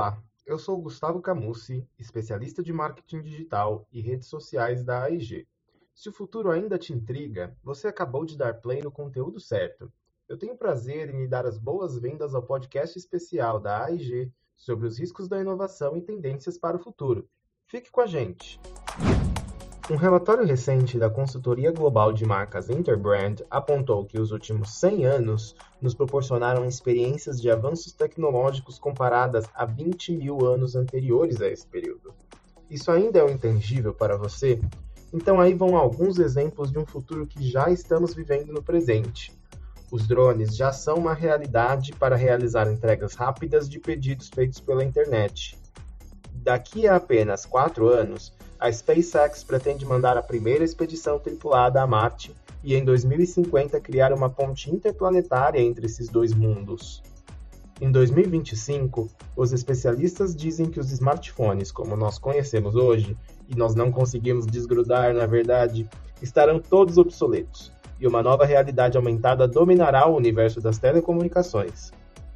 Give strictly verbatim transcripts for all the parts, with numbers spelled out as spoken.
Olá, eu sou o Gustavo Camusi, especialista de marketing digital e redes sociais da A I G. Se o futuro ainda te intriga, você acabou de dar play no conteúdo certo. Eu tenho prazer em lhe dar as boas-vindas ao podcast especial da A I G sobre os riscos da inovação e tendências para o futuro. Fique com a gente! Um relatório recente da consultoria global de marcas Interbrand apontou que os últimos cem anos nos proporcionaram experiências de avanços tecnológicos comparadas a vinte mil anos anteriores a esse período. Isso ainda é um intangível para você? Então aí vão alguns exemplos de um futuro que já estamos vivendo no presente. Os drones já são uma realidade para realizar entregas rápidas de pedidos feitos pela internet. Daqui a apenas quatro anos, a SpaceX pretende mandar a primeira expedição tripulada a Marte e em dois mil e cinquenta criar uma ponte interplanetária entre esses dois mundos. Em dois mil e vinte e cinco, os especialistas dizem que os smartphones, como nós conhecemos hoje, e nós não conseguimos desgrudar, na verdade, estarão todos obsoletos, e uma nova realidade aumentada dominará o universo das telecomunicações.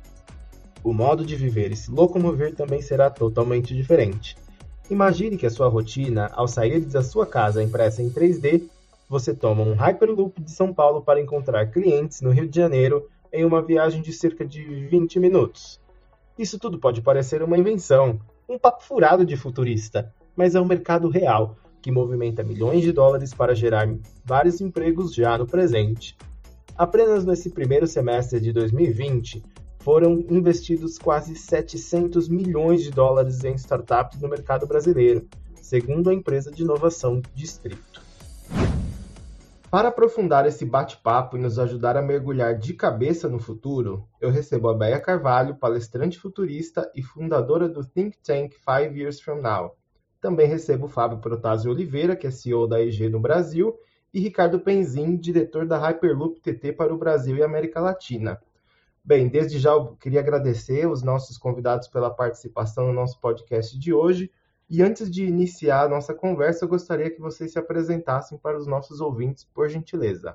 O modo de viver e se locomover também será totalmente diferente. Imagine que a sua rotina, ao sair da sua casa impressa em três D, você toma um Hyperloop de São Paulo para encontrar clientes no Rio de Janeiro em uma viagem de cerca de vinte minutos. Isso tudo pode parecer uma invenção, um papo furado de futurista, mas é um mercado real, que movimenta milhões de dólares para gerar vários empregos já no presente. Apenas nesse primeiro semestre de dois mil e vinte, foram investidos quase setecentos milhões de dólares em startups no mercado brasileiro, segundo a empresa de inovação Distrito. Para aprofundar esse bate-papo e nos ajudar a mergulhar de cabeça no futuro, eu recebo a Béia Carvalho, palestrante futurista e fundadora do Think Tank Five Years From Now. Também recebo o Fábio Protásio Oliveira, que é C E O da A I G no Brasil, e Ricardo Penzin, diretor da Hyperloop T T para o Brasil e América Latina. Bem, desde já eu queria agradecer os nossos convidados pela participação no nosso podcast de hoje. E antes de iniciar a nossa conversa, eu gostaria que vocês se apresentassem para os nossos ouvintes, por gentileza.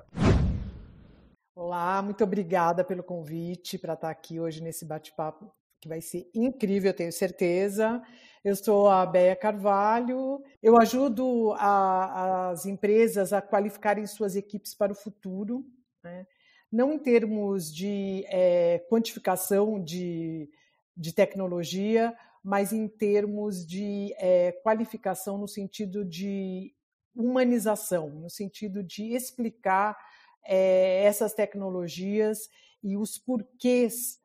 Olá, muito obrigada pelo convite para estar aqui hoje nesse bate-papo, que vai ser incrível, eu tenho certeza. Eu sou a Béia Carvalho, eu ajudo a, as empresas a qualificarem suas equipes para o futuro, né? Não em termos de é, quantificação de, de tecnologia, mas em termos de é, qualificação no sentido de humanização, no sentido de explicar é, essas tecnologias e os porquês,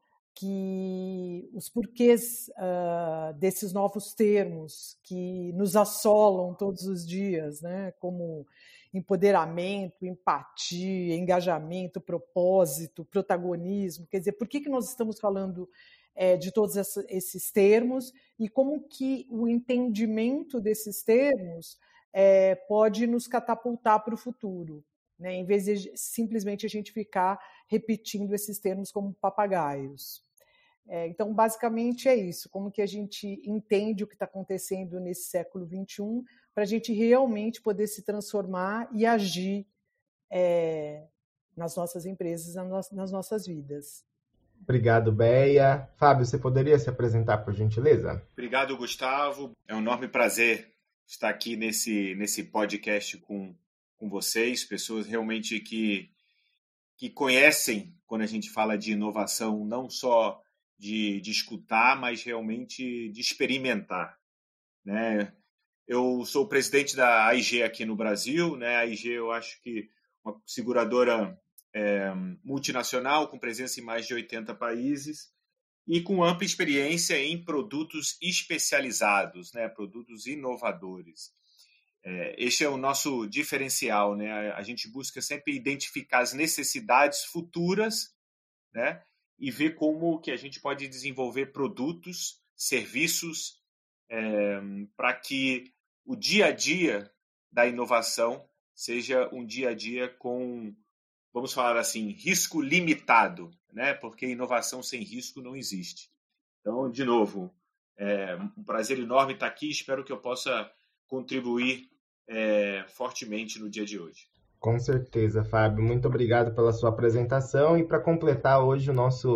que, os porquês uh, desses novos termos que nos assolam todos os dias, né? Como empoderamento, empatia, engajamento, propósito, protagonismo. Quer dizer, por que, que nós estamos falando é, de todos esses termos e como que o entendimento desses termos é, pode nos catapultar para o futuro, né? Em vez de simplesmente a gente ficar repetindo esses termos como papagaios. É, então, basicamente é isso, como que a gente entende o que está acontecendo nesse século vinte e um para a gente realmente poder se transformar e agir é, nas nossas empresas, nas nossas vidas. Obrigado, Béia. Fábio, você poderia se apresentar, por gentileza? Obrigado, Gustavo. É um enorme prazer estar aqui nesse, nesse podcast com, com vocês, pessoas realmente que, que conhecem, quando a gente fala de inovação, não só de, de escutar, mas realmente de experimentar, né? Eu sou o presidente da A I G aqui no Brasil, né? A I G eu acho que uma seguradora é, multinacional com presença em mais de oitenta países e com ampla experiência em produtos especializados, né? Produtos inovadores. É, este é o nosso diferencial, né? A gente busca sempre identificar as necessidades futuras, né? E ver como que a gente pode desenvolver produtos, serviços é, para que o dia a dia da inovação seja um dia a dia com, vamos falar assim, risco limitado, né? Porque inovação sem risco não existe. Então, de novo, é um prazer enorme estar aqui. Espero que eu possa contribuir é, fortemente no dia de hoje. Com certeza, Fábio. Muito obrigado pela sua apresentação. E para completar hoje o nosso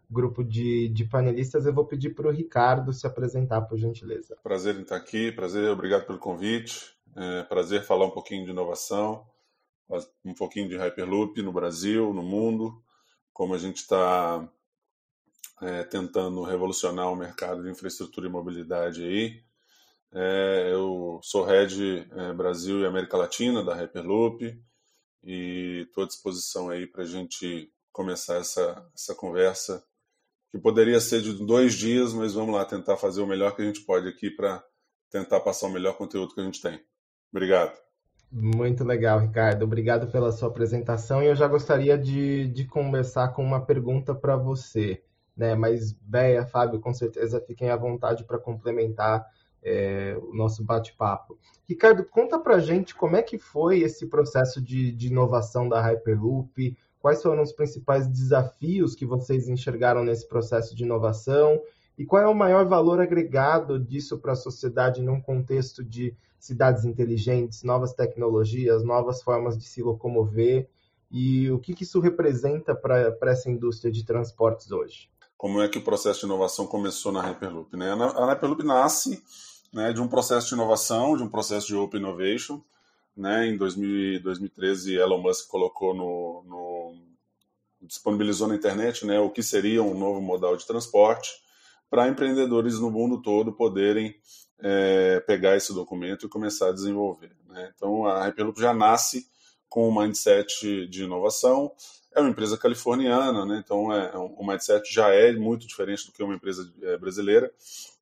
grupo de, de panelistas, eu vou pedir para o Ricardo se apresentar, por gentileza. Prazer em estar aqui, prazer, obrigado pelo convite. É, prazer falar um pouquinho de inovação, um pouquinho de Hyperloop no Brasil, no mundo, como a gente está é, tentando revolucionar o mercado de infraestrutura e mobilidade aí. É, eu sou Head é, Brasil e América Latina da Hyperloop e estou à disposição aí para a gente começar essa, essa conversa, que poderia ser de dois dias, mas vamos lá tentar fazer o melhor que a gente pode aqui para tentar passar o melhor conteúdo que a gente tem. Obrigado. Muito legal, Ricardo. Obrigado pela sua apresentação. E eu já gostaria de, de começar com uma pergunta para você, né? Mas, Béia, Fábio, com certeza fiquem à vontade para complementar é, o nosso bate-papo. Ricardo, conta para a gente como é que foi esse processo de, de inovação da Hyperloop, quais foram os principais desafios que vocês enxergaram nesse processo de inovação e qual é o maior valor agregado disso para a sociedade num contexto de cidades inteligentes, novas tecnologias, novas formas de se locomover e o que, que isso representa para essa indústria de transportes hoje? Como é que o processo de inovação começou na Hyperloop, né? A Hyperloop nasce, né, de um processo de inovação, de um processo de Open Innovation, né? Em dois mil, dois mil e treze, Elon Musk colocou no, no disponibilizou na internet, né, o que seria um novo modal de transporte para empreendedores no mundo todo poderem é, pegar esse documento e começar a desenvolver, né? Então a Hyperloop já nasce com um mindset de inovação. É uma empresa californiana, né? Então é, o mindset já é muito diferente do que uma empresa é, brasileira,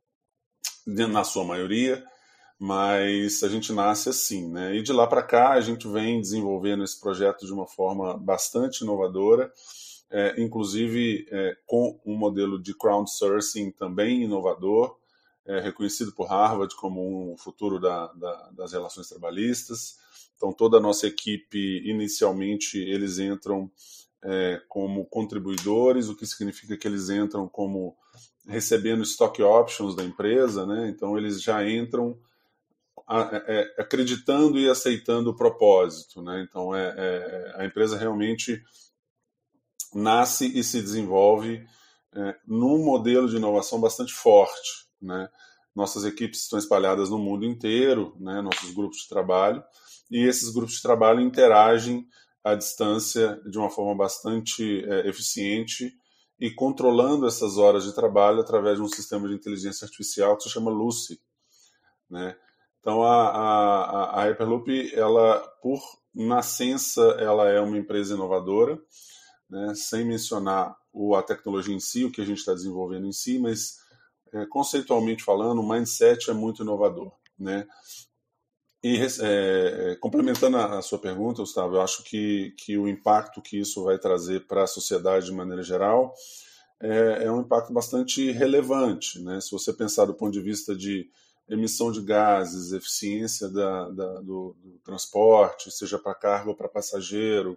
na sua maioria, mas a gente nasce assim, né? E de lá para cá a gente vem desenvolvendo esse projeto de uma forma bastante inovadora, é, inclusive é, com um modelo de crowdsourcing também inovador, é, reconhecido por Harvard como um futuro da, da, das relações trabalhistas. Então toda a nossa equipe, inicialmente, eles entram é, como contribuidores, o que significa que eles entram como recebendo stock options da empresa, né? Então eles já entram acreditando e aceitando o propósito, né? Então é, é, a empresa realmente nasce e se desenvolve é, num modelo de inovação bastante forte, né? Nossas equipes estão espalhadas no mundo inteiro, né? Nossos grupos de trabalho, e esses grupos de trabalho interagem à distância de uma forma bastante é, eficiente e controlando essas horas de trabalho através de um sistema de inteligência artificial que se chama Lucy, né? Então, a, a, a Hyperloop, ela, por nascença, ela é uma empresa inovadora, né, sem mencionar o, a tecnologia em si, o que a gente está desenvolvendo em si, mas, é, conceitualmente falando, o mindset é muito inovador, né? E, é, complementando a, a sua pergunta, Gustavo, eu acho que, que o impacto que isso vai trazer para a sociedade de maneira geral é, é um impacto bastante relevante, né? Se você pensar do ponto de vista de emissão de gases, eficiência da, da, do, do transporte, seja para carga ou para passageiro,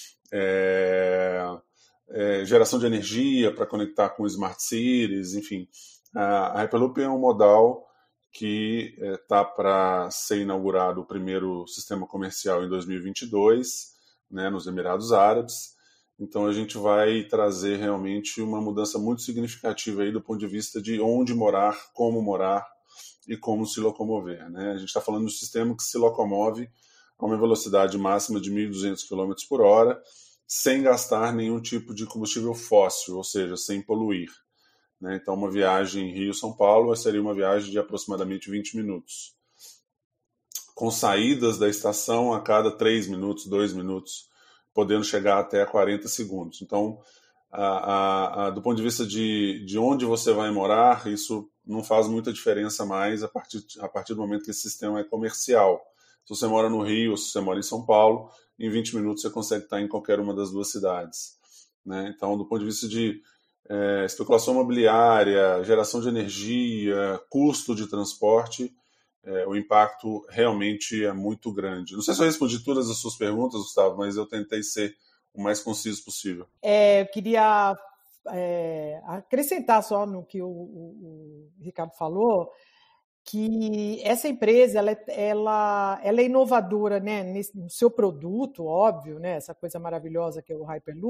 é, é, geração de energia para conectar com smart cities, enfim. A, a Hyperloop é um modal que está é, para ser inaugurado o primeiro sistema comercial em dois mil e vinte e dois, né, nos Emirados Árabes. Então a gente vai trazer realmente uma mudança muito significativa aí do ponto de vista de onde morar, como morar, e como se locomover, né? A gente está falando de um sistema que se locomove a uma velocidade máxima de mil e duzentos quilômetros por hora, sem gastar nenhum tipo de combustível fóssil, ou seja, sem poluir, né? Então, uma viagem Rio-São Paulo seria uma viagem de aproximadamente vinte minutos, com saídas da estação a cada três minutos, dois minutos, podendo chegar até a quarenta segundos. Então, a, a, a, do ponto de vista de, de onde você vai morar, isso não faz muita diferença mais a partir, a partir do momento que esse sistema é comercial. Se você mora no Rio ou se você mora em São Paulo, em vinte minutos você consegue estar em qualquer uma das duas cidades, né? Então, do ponto de vista de é, especulação imobiliária, geração de energia, custo de transporte, é, o impacto realmente é muito grande. Não sei se eu respondi todas as suas perguntas, Gustavo, mas eu tentei ser o mais conciso possível. É, eu queria é, acrescentar só no que o, o, o Ricardo falou, que essa empresa ela, ela, ela é inovadora, né, nesse, no seu produto, óbvio, né, essa coisa maravilhosa que é o Hyperloop,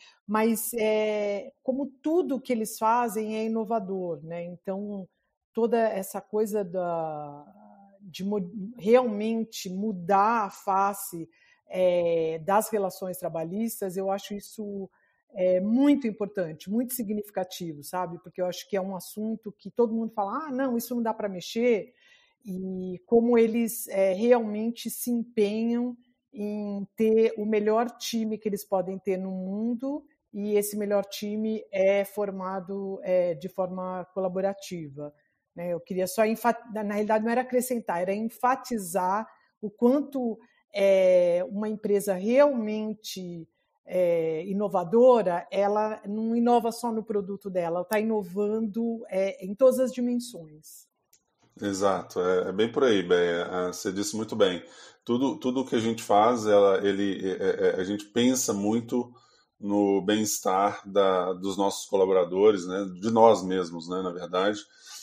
mas é, como tudo que eles fazem é inovador, né? Então, toda essa coisa da, de realmente mudar a face é, das relações trabalhistas, eu acho isso é, muito importante, muito significativo, sabe? Porque eu acho que é um assunto que todo mundo fala, ah, não, isso não dá para mexer, e como eles é, realmente se empenham em ter o melhor time que eles podem ter no mundo, e esse melhor time é formado é, de forma colaborativa. Né? Eu queria só, enfatizar, na realidade não era acrescentar, era enfatizar o quanto é, uma empresa realmente é, inovadora, ela não inova só no produto dela, ela está inovando é, em todas as dimensões. Exato, é, é bem por aí, Béia. Você disse muito bem. Tudo, tudo que a gente faz, ela, ele, é, é, a gente pensa muito no bem-estar da, dos nossos colaboradores, né, de nós mesmos, né, na verdade,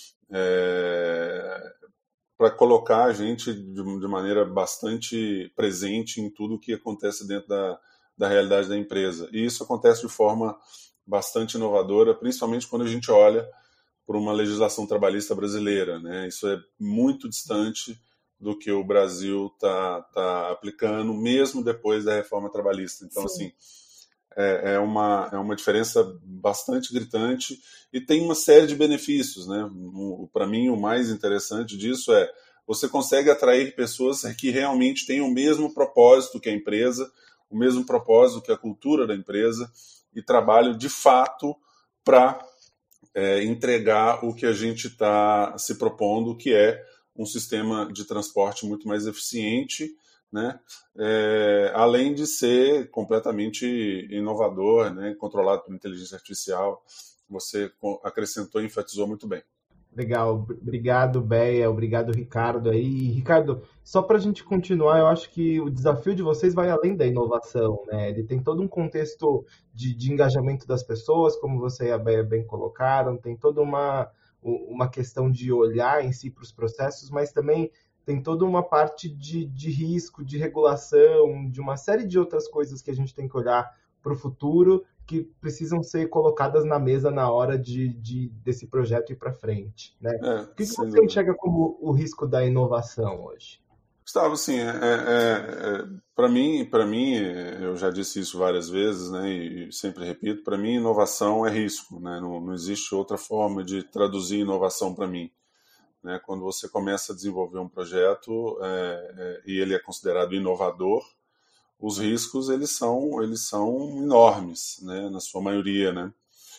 é, para colocar a gente de, de maneira bastante presente em tudo que acontece dentro da, da realidade da empresa. E isso acontece de forma bastante inovadora, principalmente quando a gente olha por uma legislação trabalhista brasileira, né? Isso é muito distante do que o Brasil está tá aplicando, mesmo depois da reforma trabalhista. Então, Sim. assim, é, é, uma, é uma diferença bastante gritante e tem uma série de benefícios, né? Para mim, o mais interessante disso é você consegue atrair pessoas que realmente têm o mesmo propósito que a empresa, o mesmo propósito que a cultura da empresa e trabalham de fato para É, entregar o que a gente está se propondo, que é um sistema de transporte muito mais eficiente, né? É, além de ser completamente inovador, né? Controlado por inteligência artificial. Você acrescentou e enfatizou muito bem. Legal, obrigado, Béia, obrigado, Ricardo. Aí, Ricardo, só para a gente continuar, eu acho que o desafio de vocês vai além da inovação, né? Ele tem todo um contexto de, de engajamento das pessoas, como você e a Béia bem colocaram, tem toda uma, uma questão de olhar em si para os processos, mas também tem toda uma parte de, de risco, de regulação, de uma série de outras coisas que a gente tem que olhar para o futuro, que precisam ser colocadas na mesa na hora de, de desse projeto ir para frente, né? É, o que, que você enxerga como o risco da inovação hoje? Gustavo, assim, é, é, é, para mim, para mim, eu já disse isso várias vezes, né, e sempre repito, para mim inovação é risco, né? Não, não existe outra forma de traduzir inovação para mim. Né? Quando você começa a desenvolver um projeto é, é, e ele é considerado inovador, os riscos eles são eles são enormes, né, na sua maioria, né?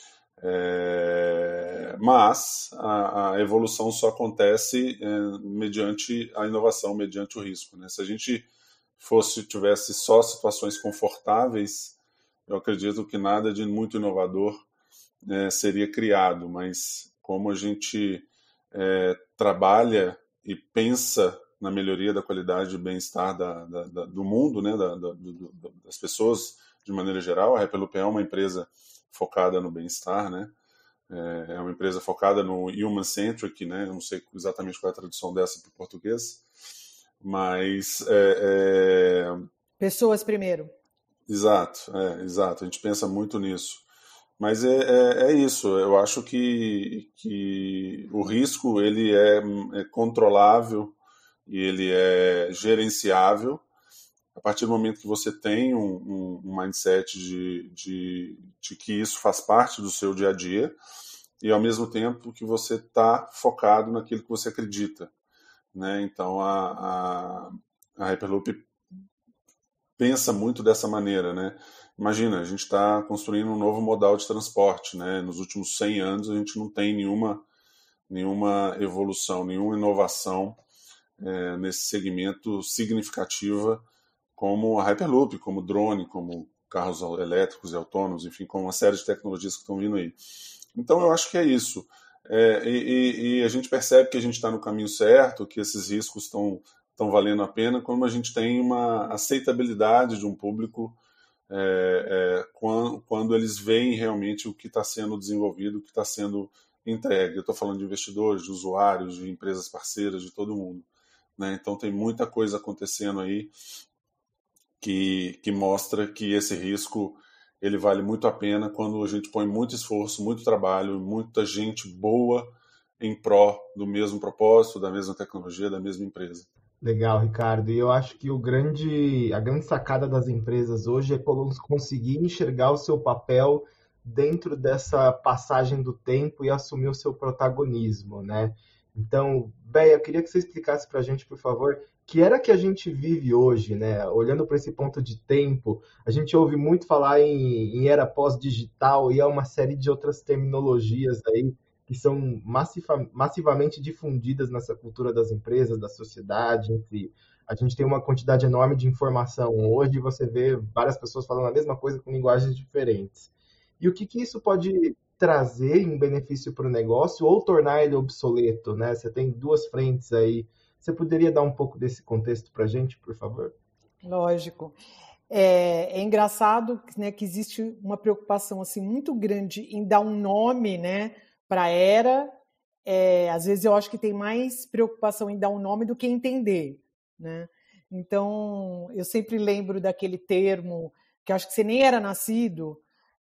É, mas a, a evolução só acontece é, mediante a inovação, mediante o risco, né? Se a gente fosse tivesse só situações confortáveis, eu acredito que nada de muito inovador é, seria criado. Mas como a gente é, trabalha e pensa na melhoria da qualidade e bem-estar da, da, da, do mundo, né, da, da, do, das pessoas de maneira geral. A Hyperloop é uma empresa focada no bem-estar, né? É uma empresa focada no human-centric, né? Eu não sei exatamente qual é a tradução dessa para o português, mas... É, é... Pessoas primeiro. Exato, é, exato. A gente pensa muito nisso. Mas é, é, é isso, eu acho que, que o risco ele é, é controlável e ele é gerenciável a partir do momento que você tem um, um, um mindset de, de, de que isso faz parte do seu dia a dia e ao mesmo tempo que você está focado naquilo que você acredita, né? Então a, a, a Hyperloop pensa muito dessa maneira, né? Imagina, a gente está construindo um novo modal de transporte, né? Nos últimos cem anos a gente não tem nenhuma, nenhuma evolução, nenhuma inovação é, nesse segmento significativa como a Hyperloop, como drone, como carros elétricos e autônomos, enfim, com uma série de tecnologias que estão vindo aí. Então eu acho que é isso. É, e, e a gente percebe que a gente está no caminho certo, que esses riscos estão estão valendo a pena, quando a gente tem uma aceitabilidade de um público é, é, quando, quando eles veem realmente o que está sendo desenvolvido, o que está sendo entregue. Eu estou falando de investidores, de usuários, de empresas parceiras, de todo mundo. Né? Então tem muita coisa acontecendo aí que, que mostra que esse risco ele vale muito a pena quando a gente põe muito esforço, muito trabalho, muita gente boa em pró do mesmo propósito, da mesma tecnologia, da mesma empresa. Legal, Ricardo. E eu acho que o grande, a grande sacada das empresas hoje é conseguir enxergar o seu papel dentro dessa passagem do tempo e assumir o seu protagonismo, né? Então, Béia, eu queria que você explicasse para a gente, por favor, que era que a gente vive hoje, né? Olhando para esse ponto de tempo, a gente ouve muito falar em, em era pós-digital e há uma série de outras terminologias aí que são massiva, massivamente difundidas nessa cultura das empresas, da sociedade, enfim. A gente tem uma quantidade enorme de informação hoje e você vê várias pessoas falando a mesma coisa com linguagens diferentes. E o que, que isso pode trazer em benefício para o negócio ou tornar ele obsoleto, né? Você tem duas frentes aí. Você poderia dar um pouco desse contexto para a gente, por favor? Lógico. É, é engraçado, né, que existe uma preocupação assim, muito grande em dar um nome, né, para a era. É, às vezes eu acho que tem mais preocupação em dar um nome do que entender, né? Então, eu sempre lembro daquele termo, que acho que você nem era nascido,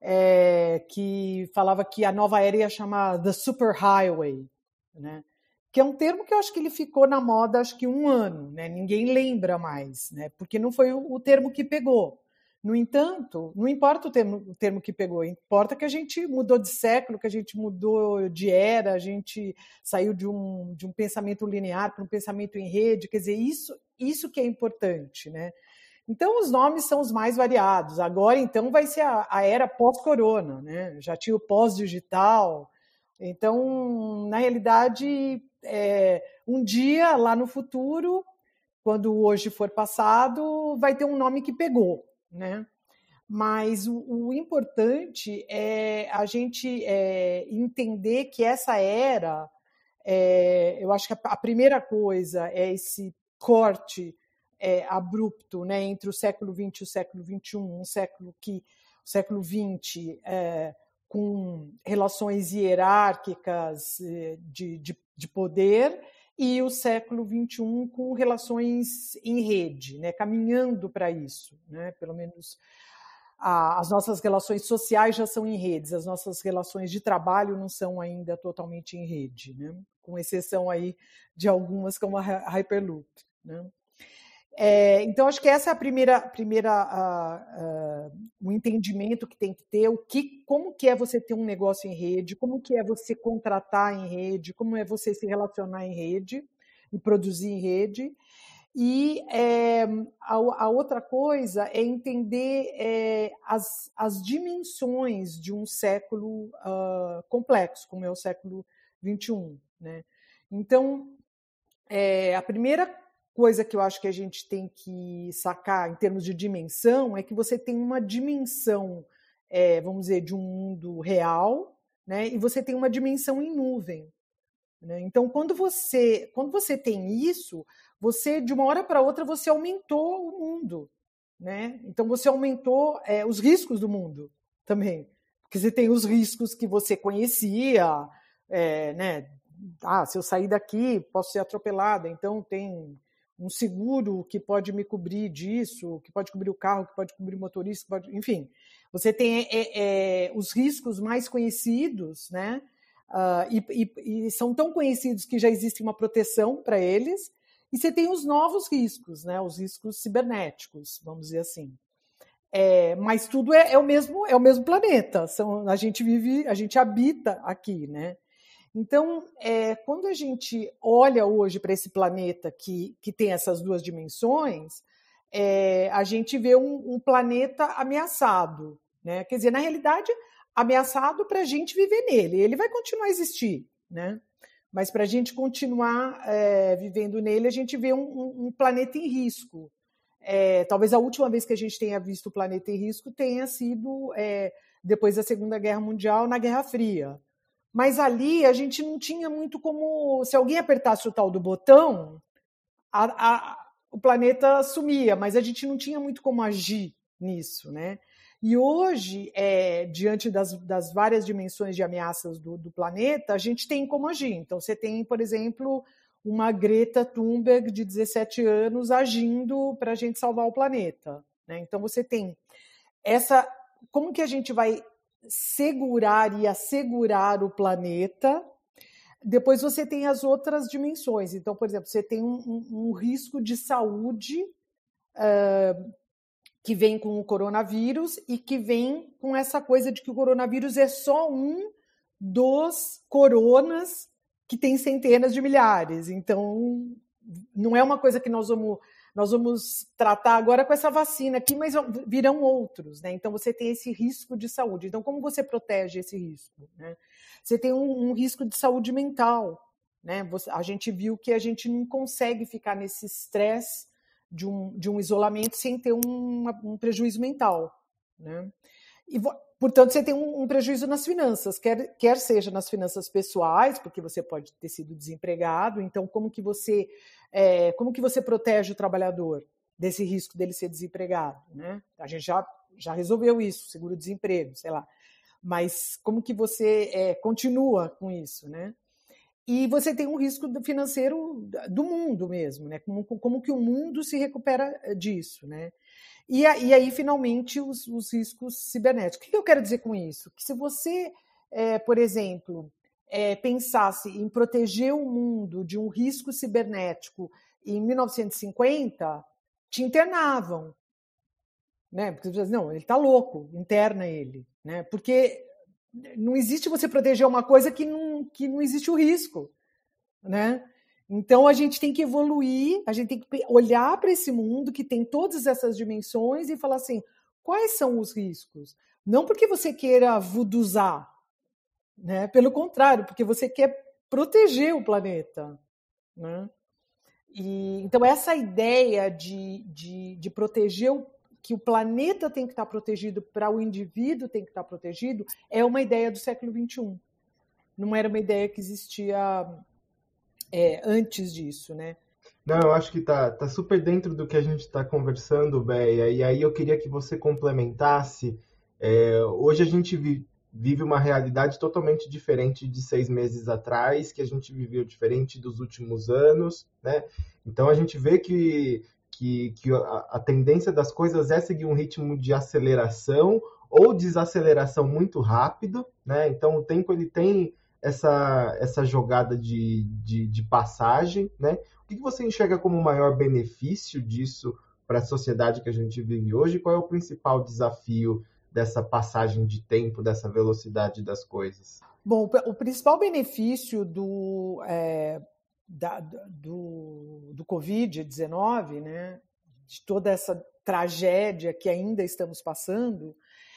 É, que falava que a nova era ia chamar The Superhighway, né? Que é um termo que eu acho que ele ficou na moda acho que um ano, né? Ninguém lembra mais, né? Porque não foi o, o termo que pegou. No entanto, não importa o termo, o termo que pegou, importa que a gente mudou de século, que a gente mudou de era, a gente saiu de um, de um pensamento linear para um pensamento em rede, quer dizer, isso, isso que é importante, né? Então, os nomes são os mais variados. Agora, então, vai ser a, a era pós-corona, né? Já tinha o pós-digital. Então, na realidade, é, um dia, lá no futuro, quando hoje for passado, vai ter um nome que pegou, né? Mas o, o importante é a gente é, entender que essa era, é, eu acho que a, a primeira coisa é esse corte É, abrupto, né, entre o século vinte e o século vinte e um, um século que o século vinte é, com relações hierárquicas de, de, de poder e o século vinte e um com relações em rede, né, caminhando para isso, né, pelo menos a, as nossas relações sociais já são em redes, as nossas relações de trabalho não são ainda totalmente em rede, né, com exceção aí de algumas como a Hyperloop, né. É, então, acho que essa é a primeira, primeira uh, uh, o entendimento que tem que ter, o que, como que é você ter um negócio em rede, como que é você contratar em rede, como é você se relacionar em rede e produzir em rede. E é, a, a outra coisa é entender é, as, as dimensões de um século uh, complexo, como é o século vinte e um, né? Então, é, a primeira coisa que eu acho que a gente tem que sacar em termos de dimensão é que você tem uma dimensão, é, vamos dizer, de um mundo real, né? E você tem uma dimensão em nuvem, né? Então, quando você, quando você tem isso, você, de uma hora para outra, você aumentou o mundo, né? Então, você aumentou é, os riscos do mundo também, porque você tem os riscos que você conhecia, é, né? Ah, se eu sair daqui, posso ser atropelada, então tem um seguro que pode me cobrir disso, que pode cobrir o carro, que pode cobrir o motorista, que pode... enfim. Você tem é, é, os riscos mais conhecidos, né? Uh, e, e, e são tão conhecidos que já existe uma proteção para eles, e você tem os novos riscos, né? Os riscos cibernéticos, vamos dizer assim. É, mas tudo é, é, o mesmo, é o mesmo planeta, são, a gente vive, a gente habita aqui, né? Então, é, quando a gente olha hoje para esse planeta que, que tem essas duas dimensões, é, a gente vê um, um planeta ameaçado, né? Quer dizer, na realidade, ameaçado para a gente viver nele. Ele vai continuar a existir, né? Mas para a gente continuar é, vivendo nele, a gente vê um, um, um planeta em risco. É, talvez a última vez que a gente tenha visto o planeta em risco tenha sido é, depois da Segunda Guerra Mundial, na Guerra Fria. Mas ali a gente não tinha muito como... Se alguém apertasse o tal do botão, a, a, o planeta sumia, mas a gente não tinha muito como agir nisso, né? E hoje, é, diante das, das várias dimensões de ameaças do, do planeta, a gente tem como agir. Então, você tem, por exemplo, uma Greta Thunberg de dezessete anos agindo para a gente salvar o planeta, né? Então, você tem essa... como que a gente vai segurar e assegurar o planeta. Depois você tem as outras dimensões. Então, por exemplo, você tem um, um, um risco de saúde uh, que vem com o coronavírus e que vem com essa coisa de que o coronavírus é só um dos coronas que tem centenas de milhares. Então, não é uma coisa que nós vamos, nós vamos tratar agora com essa vacina aqui, mas virão outros, né? Então, você tem esse risco de saúde. Então, como você protege esse risco, né? Você tem um, um risco de saúde mental, né? Você, a gente viu que a gente não consegue ficar nesse estresse de um, de um isolamento sem ter um, um prejuízo mental, né? E, portanto, você tem um, um prejuízo nas finanças, quer, quer seja nas finanças pessoais, porque você pode ter sido desempregado. Então, como que você, é, como que você protege o trabalhador desse risco dele ser desempregado, né? A gente já, já resolveu isso, seguro-desemprego, sei lá. Mas como que você é, continua com isso, né? E você tem um risco financeiro do mundo mesmo, né? Como, como que o mundo se recupera disso, né? E, e aí, finalmente, os, os riscos cibernéticos. O que eu quero dizer com isso? Que se você, é, por exemplo, é, pensasse em proteger o mundo de um risco cibernético em mil novecentos e cinquenta, te internavam, né? Porque você diz, não, ele está louco, interna ele, né? Porque não existe você proteger uma coisa que não, que não existe o risco, né? Então, a gente tem que evoluir, a gente tem que olhar para esse mundo que tem todas essas dimensões e falar assim, quais são os riscos? Não porque você queira vuduzar, né? Pelo contrário, porque você quer proteger o planeta, né? E, então, essa ideia de, de, de proteger o que o planeta tem que estar protegido para o indivíduo tem que estar protegido, é uma ideia do século vinte e um. Não era uma ideia que existia é, antes disso, né? Não, eu acho que tá, tá super dentro do que a gente está conversando, Béia, e aí eu queria que você complementasse. É, hoje a gente vi, vive uma realidade totalmente diferente de seis meses atrás, que a gente viveu diferente dos últimos anos, né? Então a gente vê que que, que a, a tendência das coisas é seguir um ritmo de aceleração ou desaceleração muito rápido, né? Então o tempo ele tem essa, essa jogada de, de, de passagem, né? O que você enxerga como o maior benefício disso para a sociedade que a gente vive hoje? Qual é o principal desafio dessa passagem de tempo, dessa velocidade das coisas? Bom, o principal benefício do... É... Da, do, do covid dezenove, né, de toda essa tragédia que ainda estamos passando,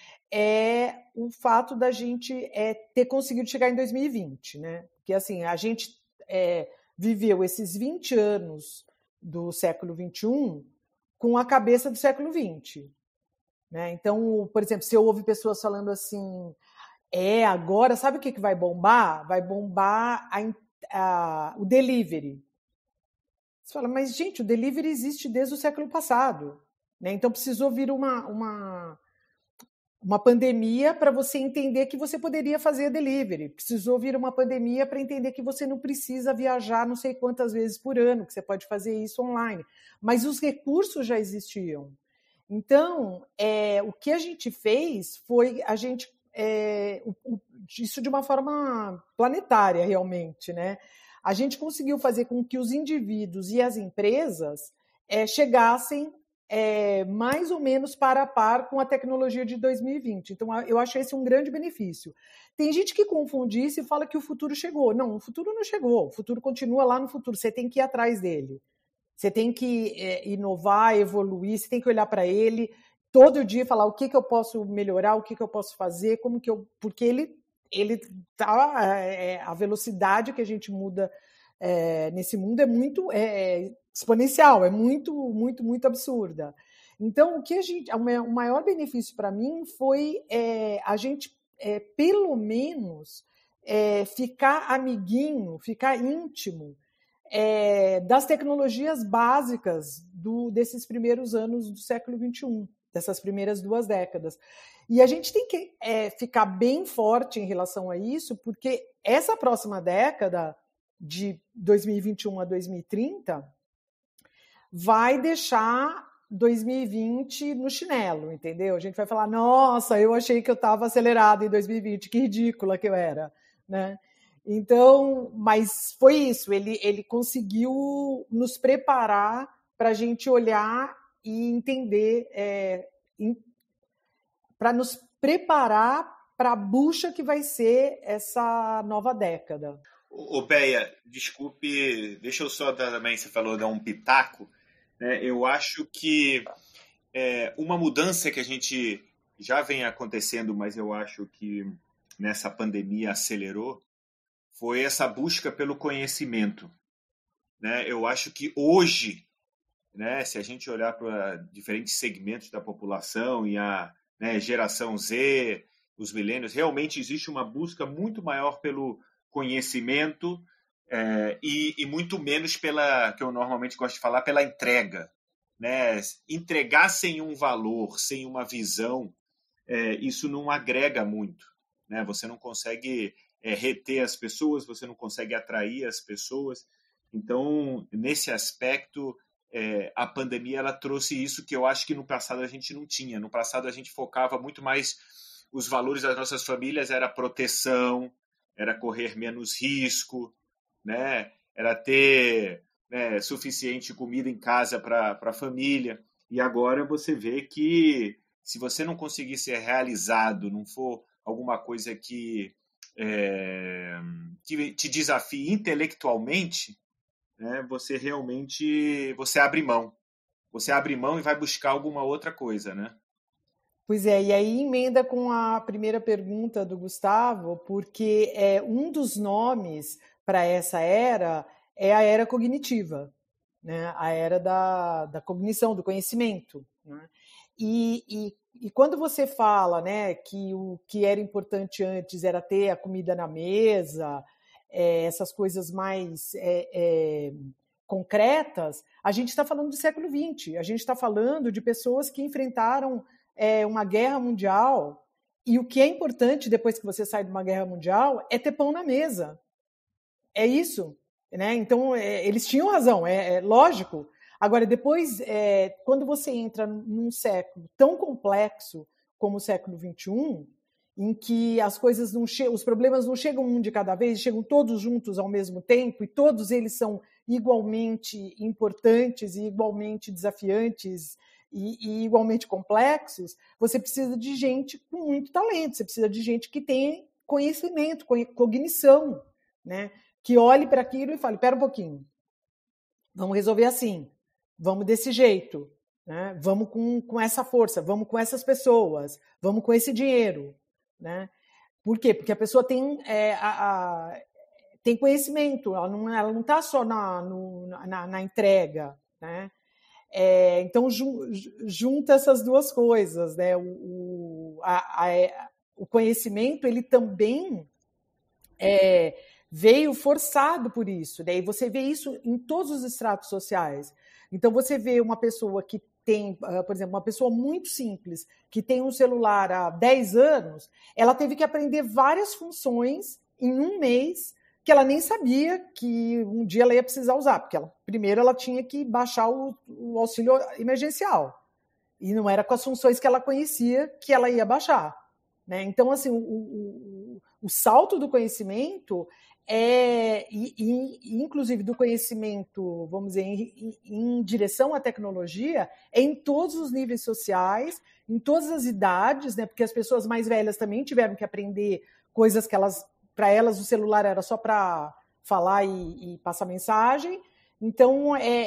é o fato da gente é, ter conseguido chegar em dois mil e vinte. Né? Porque assim, a gente é, viveu esses vinte anos do século vinte e um com a cabeça do século vinte. Né? Então, por exemplo, se eu ouvo pessoas falando assim, é, agora, sabe o que, que vai bombar? Vai bombar a Uh, o delivery. Você fala, mas gente, o delivery existe desde o século passado, né? Então precisou vir uma, uma, uma pandemia para você entender que você poderia fazer delivery. Precisou vir uma pandemia para entender que você não precisa viajar não sei quantas vezes por ano, que você pode fazer isso online. Mas os recursos já existiam. Então, é, o que a gente fez foi a gente É, o, o, isso de uma forma planetária, realmente, né? A gente conseguiu fazer com que os indivíduos e as empresas é, chegassem é, mais ou menos para a par com a tecnologia de dois mil e vinte. Então, eu acho esse um grande benefício. Tem gente que confunde isso e fala que o futuro chegou. Não, o futuro não chegou. O futuro continua lá no futuro. Você tem que ir atrás dele. Você tem que é, inovar, evoluir, você tem que olhar para ele todo dia, falar o que, que eu posso melhorar, o que, que eu posso fazer, como que eu... Porque ele ele tá, é, a velocidade que a gente muda é, nesse mundo é muito é, exponencial, é muito, muito, muito absurda. Então, o que a gente, o maior benefício para mim foi é, a gente, é, pelo menos, é, ficar amiguinho, ficar íntimo é, das tecnologias básicas do, desses primeiros anos do século vinte e um. Dessas primeiras duas décadas. E a gente tem que é, ficar bem forte em relação a isso, porque essa próxima década, de dois mil e vinte e um a dois mil e trinta, vai deixar dois mil e vinte no chinelo, entendeu? A gente vai falar, nossa, eu achei que eu estava acelerada em dois mil e vinte, que ridícula que eu era, né? Então, mas foi isso, ele, ele conseguiu nos preparar para a gente olhar e entender, é, para nos preparar para a bucha que vai ser essa nova década. Ô, Béia, desculpe, deixa eu só também, você falou dar um pitaco, né? Eu acho que é, uma mudança que a gente já vem acontecendo, mas eu acho que nessa pandemia acelerou, foi essa busca pelo conhecimento, né? Eu acho que hoje, né, se a gente olhar para diferentes segmentos da população e a, né, geração Z, os milênios, realmente existe uma busca muito maior pelo conhecimento é, e, e muito menos pela, que eu normalmente gosto de falar, pela entrega, né? Entregar sem um valor, sem uma visão, é, isso não agrega muito, né? Você não consegue é, reter as pessoas, você não consegue atrair as pessoas. Então, nesse aspecto, é, a pandemia ela trouxe isso que eu acho que no passado a gente não tinha. No passado a gente focava muito mais, os valores das nossas famílias era proteção, era correr menos risco, né? Era ter, né, suficiente comida em casa para a família. E agora você vê que se você não conseguir ser realizado, não for alguma coisa que, é, que te desafie intelectualmente, né, você realmente você abre mão. Você abre mão e vai buscar alguma outra coisa, né? Pois é, e aí emenda com a primeira pergunta do Gustavo, porque é, um dos nomes para essa era é a era cognitiva, né? A era da, da cognição, do conhecimento, né? E, e, e quando você fala, né, que o que era importante antes era ter a comida na mesa, é, essas coisas mais é, é, concretas, a gente está falando do século vinte, a gente está falando de pessoas que enfrentaram é, uma guerra mundial, e o que é importante depois que você sai de uma guerra mundial é ter pão na mesa. É isso, né? Então, é, eles tinham razão, é, é lógico. Agora, depois, é, quando você entra num século tão complexo como o século vinte e um, em que as coisas não che- os problemas não chegam um de cada vez, chegam todos juntos ao mesmo tempo, e todos eles são igualmente importantes e igualmente desafiantes e, e igualmente complexos, você precisa de gente com muito talento, você precisa de gente que tem conhecimento, cognição, né? Que olhe para aquilo e fale, espera um pouquinho, vamos resolver assim, vamos desse jeito, né? Vamos com, com essa força, vamos com essas pessoas, vamos com esse dinheiro, né? Por quê? Porque a pessoa tem, é, a, a, tem conhecimento, ela não ela não está só na, no, na, na entrega, né? É, então, junta essas duas coisas, né? O, o, a, a, o conhecimento, ele também é, veio forçado por isso, né? E você vê isso em todos os estratos sociais. Então, você vê uma pessoa que tem, por exemplo, uma pessoa muito simples, que tem um celular há dez anos, ela teve que aprender várias funções em um mês que ela nem sabia que um dia ela ia precisar usar, porque ela, primeiro ela tinha que baixar o, o auxílio emergencial, e não era com as funções que ela conhecia que ela ia baixar, né? Então, assim, o, o, o salto do conhecimento é, e, e, inclusive do conhecimento, vamos dizer, em, em direção à tecnologia, é em todos os níveis sociais, em todas as idades, né? Porque as pessoas mais velhas também tiveram que aprender coisas que elas, para elas o celular era só para falar e, e passar mensagem. Então, é,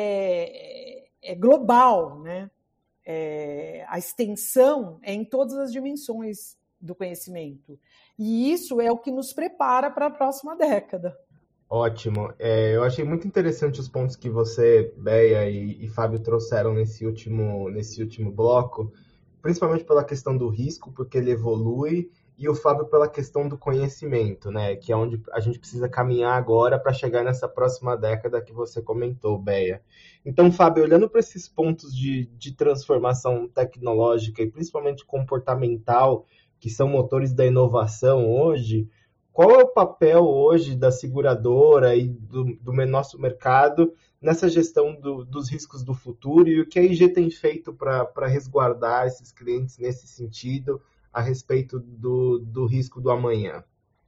é, é global, né? É, a extensão é em todas as dimensões do conhecimento. E isso é o que nos prepara para a próxima década. Ótimo. É, eu achei muito interessante os pontos que você, Béia e, e Fábio trouxeram nesse último, nesse último bloco, principalmente pela questão do risco, porque ele evolui, e o Fábio pela questão do conhecimento, né, que é onde a gente precisa caminhar agora para chegar nessa próxima década que você comentou, Béia. Então, Fábio, olhando para esses pontos de, de transformação tecnológica e principalmente comportamental, que são motores da inovação hoje, qual é o papel hoje da seguradora e do, do nosso mercado nessa gestão do, dos riscos do futuro e o que a I G tem feito para resguardar esses clientes nesse sentido a respeito do, do risco do amanhã.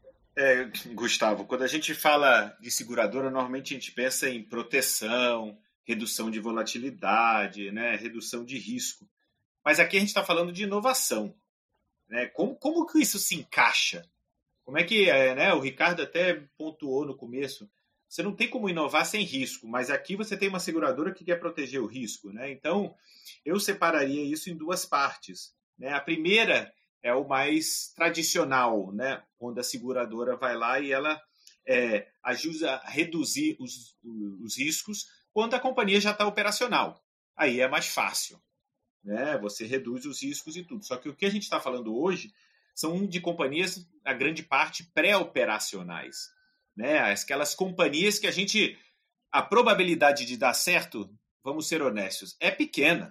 É, Gustavo, quando a gente fala de seguradora, normalmente a gente pensa em proteção, redução de volatilidade, né, redução de risco. Mas aqui a gente está falando de inovação. Né? Como, como que isso se encaixa? Como é que é, né? O Ricardo até pontuou no começo. Você não tem como inovar sem risco, mas aqui você tem uma seguradora que quer proteger o risco. Né? Então, eu separaria isso em duas partes. Né? A primeira é o mais tradicional, né? Quando a seguradora vai lá e ela é, ajuda a reduzir os, os riscos quando a companhia já está operacional. Aí é mais fácil. Né? Você reduz os riscos e tudo. Só que o que a gente está falando hoje são de companhias, a grande parte, pré-operacionais. Né? Aquelas companhias que a gente... A probabilidade de dar certo, vamos ser honestos, é pequena.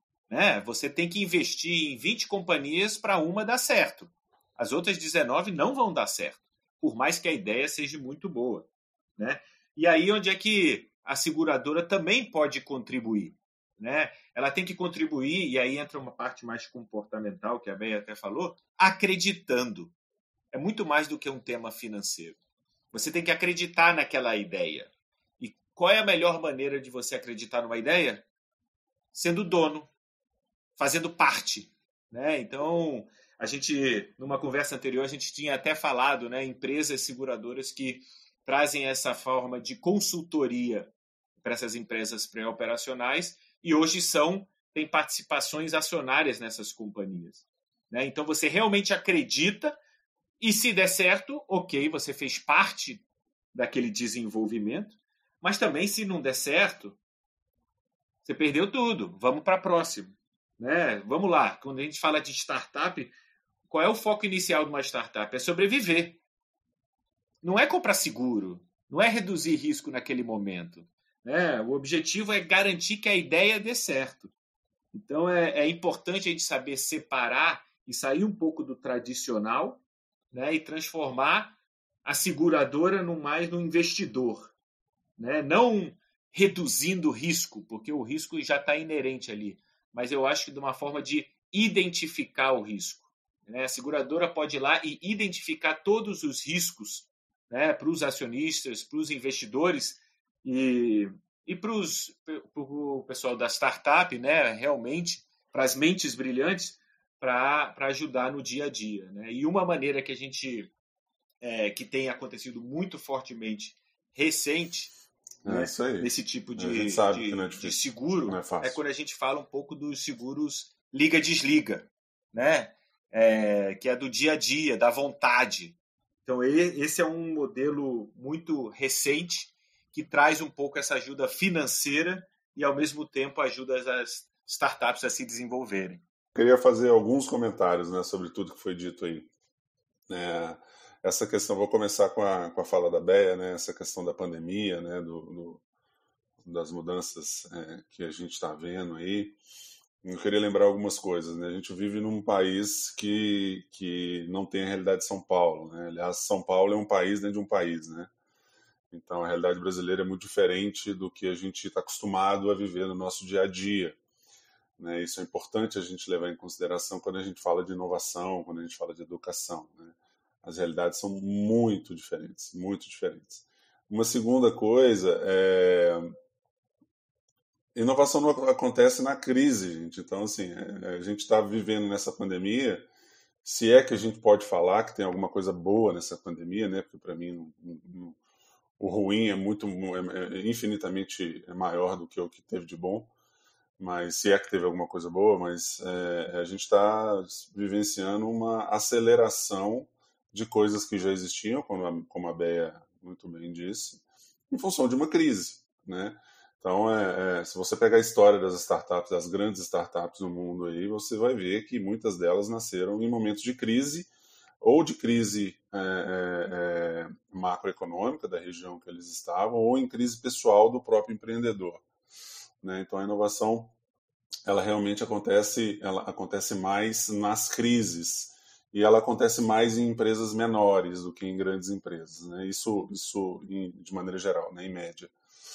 Né? Você tem que investir em vinte companhias para uma dar certo. As outras dezenove não vão dar certo, por mais que a ideia seja muito boa. Né? E aí onde é que a seguradora também pode contribuir? Né? Ela tem que contribuir, e aí entra uma parte mais comportamental, que a Bea até falou, acreditando. É muito mais do que um tema financeiro. Você tem que acreditar naquela ideia. E qual é a melhor maneira de você acreditar numa ideia? Sendo dono, fazendo parte. Né? Então, a gente, numa conversa anterior, a gente tinha até falado, né, empresas seguradoras que trazem essa forma de consultoria para essas empresas pré-operacionais e hoje são, têm participações acionárias nessas companhias. Né? Então, você realmente acredita e, se der certo, ok, você fez parte daquele desenvolvimento, mas também, se não der certo, você perdeu tudo, vamos para a próxima. Né? Vamos lá, quando a gente fala de startup, qual é o foco inicial de uma startup? É sobreviver. Não é comprar seguro, não é reduzir risco naquele momento. Né? O objetivo é garantir que a ideia dê certo. Então é, é importante a gente saber separar e sair um pouco do tradicional, né? E transformar a seguradora no mais no investidor. Né? Não reduzindo o risco, porque o risco já está inerente ali, mas eu acho que de uma forma de identificar o risco. Né? A seguradora pode ir lá e identificar todos os riscos, né, para os acionistas, para os investidores e, e para o pessoal da startup, né, realmente, para as mentes brilhantes, para ajudar no dia a dia. Né? E uma maneira que a gente é, que tem acontecido muito fortemente recente, É, né, isso aí. nesse tipo de, A gente sabe de, que não é de seguro, não é fácil. É quando a gente fala um pouco dos seguros liga-desliga, né? É, que é do dia a dia, da vontade. Então, esse é um modelo muito recente que traz um pouco essa ajuda financeira e, ao mesmo tempo, ajuda as startups a se desenvolverem. Queria fazer alguns comentários, né, sobre tudo que foi dito aí. É, essa questão, vou começar com a, com a fala da Bea, né, essa questão da pandemia, né, do, do, das mudanças é, que a gente está vendo aí. Eu queria lembrar algumas coisas, né? A gente vive num país que, que não tem a realidade de São Paulo, né? Aliás, São Paulo é um país dentro de um país, né? Então, a realidade brasileira é muito diferente do que a gente está acostumado a viver no nosso dia a dia. Né? Isso é importante a gente levar em consideração quando a gente fala de inovação, quando a gente fala de educação. Né? As realidades são muito diferentes, muito diferentes. Uma segunda coisa é... Inovação não acontece na crise, gente. Então, assim, a gente está vivendo nessa pandemia, se é que a gente pode falar que tem alguma coisa boa nessa pandemia, né? Porque, para mim, não, não, o ruim é muito, é infinitamente maior do que o que teve de bom. Mas se é que teve alguma coisa boa, mas é, a gente está vivenciando uma aceleração de coisas que já existiam, como a, como a Bea muito bem disse, em função de uma crise, né? Então, é, é, se você pegar a história das startups, das grandes startups no mundo aí, você vai ver que muitas delas nasceram em momentos de crise, ou de crise é, é, macroeconômica da região que eles estavam, ou em crise pessoal do próprio empreendedor. Né? Então, a inovação, ela realmente acontece, ela acontece mais nas crises, e ela acontece mais em empresas menores do que em grandes empresas. Né? Isso, isso de maneira geral, né? Em média.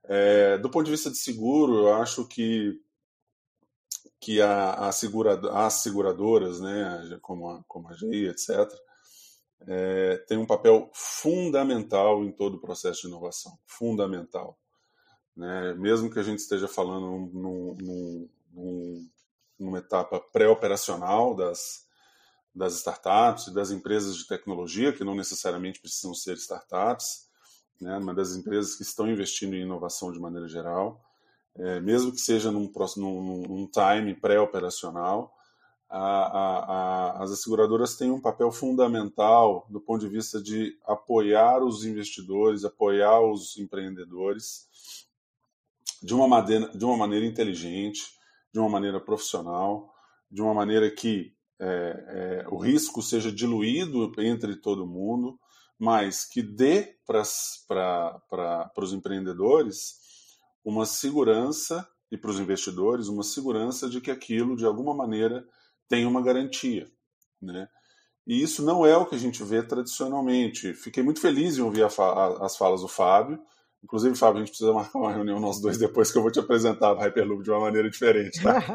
É, do ponto de vista de seguro, eu acho que, que a, a segurado, as seguradoras, né, como a, como a G I, etcétera, é, tem um papel fundamental em todo o processo de inovação. Fundamental. Né? Mesmo que a gente esteja falando num, num, num, numa etapa pré-operacional das, das startups e das empresas de tecnologia, que não necessariamente precisam ser startups, né, mas das empresas que estão investindo em inovação de maneira geral, é, mesmo que seja num, num, num time pré-operacional, a, a, a, as asseguradoras têm um papel fundamental do ponto de vista de apoiar os investidores, apoiar os empreendedores de uma maneira, de uma maneira inteligente, de uma maneira profissional, de uma maneira que é, é, o risco seja diluído entre todo mundo, mas que dê para os empreendedores uma segurança e para os investidores uma segurança de que aquilo, de alguma maneira, tem uma garantia. Né? E isso não é o que a gente vê tradicionalmente. Fiquei muito feliz em ouvir a fa as falas do Fábio. Inclusive, Fábio, a gente precisa marcar uma reunião nós dois depois que eu vou te apresentar a Hyperloop de uma maneira diferente. Tá?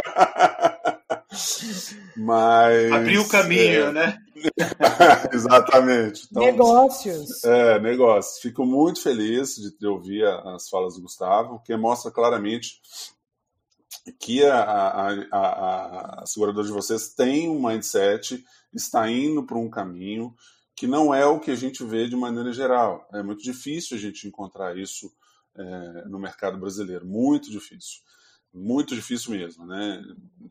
Mas, abriu o caminho, é... né? Exatamente. Então, negócios. É, negócios. Fico muito feliz de ouvir as falas do Gustavo, porque mostra claramente que a, a, a, a seguradora de vocês tem um mindset, está indo para um caminho que não é o que a gente vê de maneira geral. É muito difícil a gente encontrar isso é, no mercado brasileiro. Muito difícil. Muito difícil mesmo, né?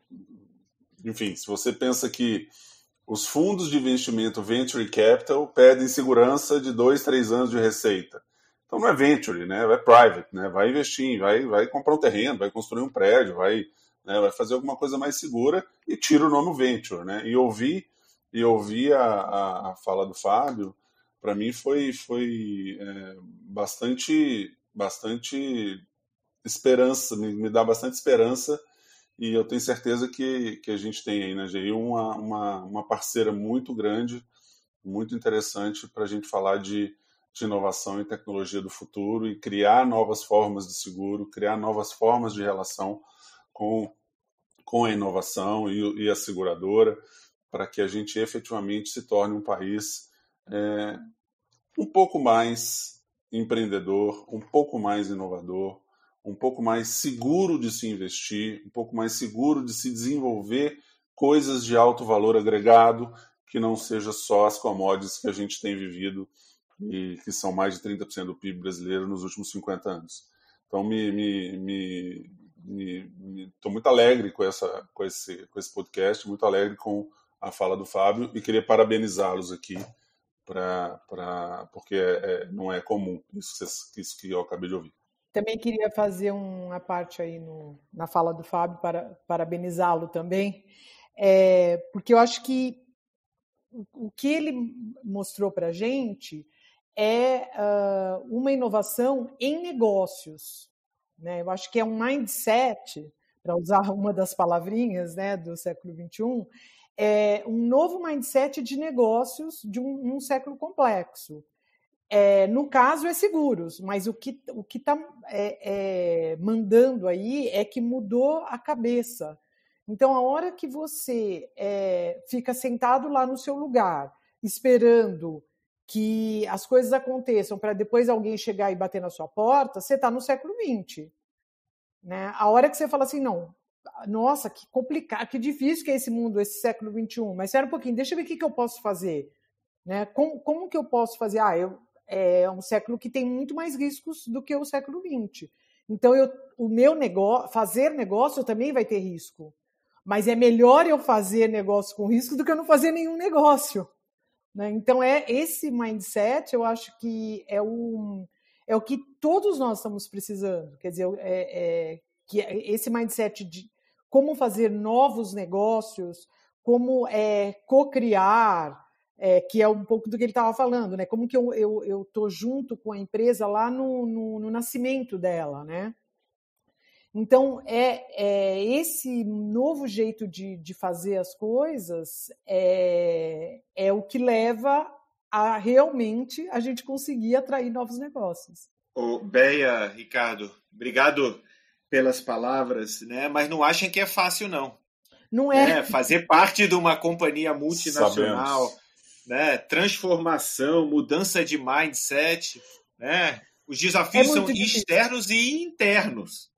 Enfim, se você pensa que os fundos de investimento Venture Capital pedem segurança de dois, três anos de receita. Então não é Venture, né? Vai private, né? Vai investir, vai, vai comprar um terreno, vai construir um prédio, vai, né? vai fazer alguma coisa mais segura e tira o nome Venture, né? E ouvir, e ouvir a, a, a fala do Fábio, para mim foi, foi é, bastante, bastante esperança, me, me dá bastante esperança. E eu tenho certeza que, que a gente tem aí na G I uma, uma, uma parceira muito grande, muito interessante para a gente falar de, de inovação e tecnologia do futuro e criar novas formas de seguro, criar novas formas de relação com, com a inovação e, e a seguradora, para que a gente efetivamente se torne um país é, um pouco mais empreendedor, um pouco mais inovador, um pouco mais seguro de se investir, um pouco mais seguro de se desenvolver coisas de alto valor agregado, que não seja só as commodities que a gente tem vivido e que são mais de trinta por cento do P I B brasileiro nos últimos cinquenta anos. Então, me, me, me, me, estou muito alegre com, essa, com, esse, com esse podcast, muito alegre com a fala do Fábio e queria parabenizá-los aqui, pra, pra, porque é, é, não é comum isso, isso que eu acabei de ouvir. Também queria fazer uma parte aí no, na fala do Fábio para parabenizá-lo também, é, porque eu acho que o, o que ele mostrou para a gente é uh, uma inovação em negócios. Né? Eu acho que é um mindset, para usar uma das palavrinhas, né, do século vinte e um, é um novo mindset de negócios de um, um século complexo. É, no caso, é seguros, mas o que o que está é, é, mandando aí é que mudou a cabeça. Então, a hora que você é, fica sentado lá no seu lugar, esperando que as coisas aconteçam para depois alguém chegar e bater na sua porta, você está no século vinte. Né? A hora que você fala assim, não, nossa, que complicado, que difícil que é esse mundo, esse século vinte e um, mas espera um pouquinho, deixa eu ver o que, que eu posso fazer. Né? Como, como que eu posso fazer? Ah, eu é um século que tem muito mais riscos do que o século vinte. Então, eu, o meu negócio, fazer negócio também vai ter risco. Mas é melhor eu fazer negócio com risco do que eu não fazer nenhum negócio. Né? Então, é esse mindset, eu acho que é o, é o que todos nós estamos precisando. Quer dizer, é, é, que esse mindset de como fazer novos negócios, como é, co-criar, É, que é um pouco do que ele estava falando, né? Como que eu eu eu tô junto com a empresa lá no, no, no nascimento dela, né? Então é, é esse novo jeito de, de fazer as coisas é, é o que leva a realmente a gente conseguir atrair novos negócios. Ô, Béia, Ricardo, obrigado pelas palavras, né? Mas não achem que é fácil, não. Não é. Né? Fazer parte de uma companhia multinacional, Sabemos. né? Transformação, mudança de mindset, né? Os desafios É são muito difícil. externos e internos.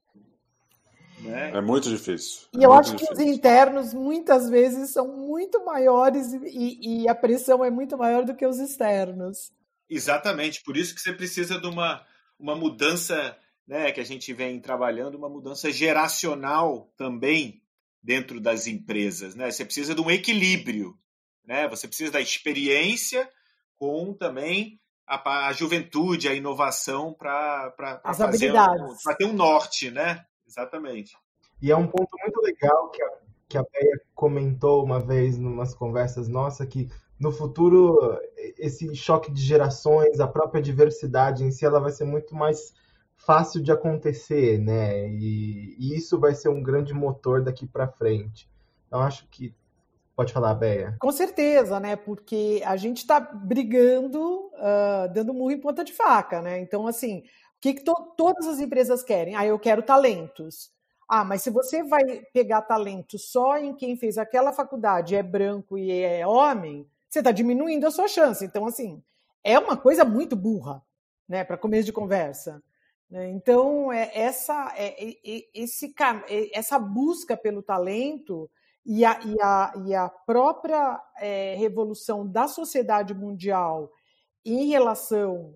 Né? É muito difícil. E é eu muito acho que difícil. os internos muitas vezes são muito maiores e, e a pressão é muito maior do que os externos. Exatamente, por isso que você precisa de uma, uma mudança, né, que a gente vem trabalhando, uma mudança geracional também dentro das empresas. Né? Você precisa de um equilíbrio. Né? Você precisa da experiência com também a, a juventude, a inovação para fazer um, para ter um norte, né? Exatamente. E é um ponto muito legal que a, que a Béia comentou uma vez em umas conversas nossas, que no futuro esse choque de gerações, a própria diversidade em si, ela vai ser muito mais fácil de acontecer, né? E, e isso vai ser um grande motor daqui para frente. Então acho que pode falar, Béia. Com certeza, né? Porque a gente está brigando, uh, dando murro em ponta de faca, né? Então, assim, o que, que to- todas as empresas querem? Ah, eu quero talentos. Ah, mas se você vai pegar talento só em quem fez aquela faculdade, é branco e é homem, você está diminuindo a sua chance. Então, assim, é uma coisa muito burra, né? Para começo de conversa. Né? Então, é essa, é, é, esse, é, essa busca pelo talento. E a, e, a, e a própria é, revolução da sociedade mundial em relação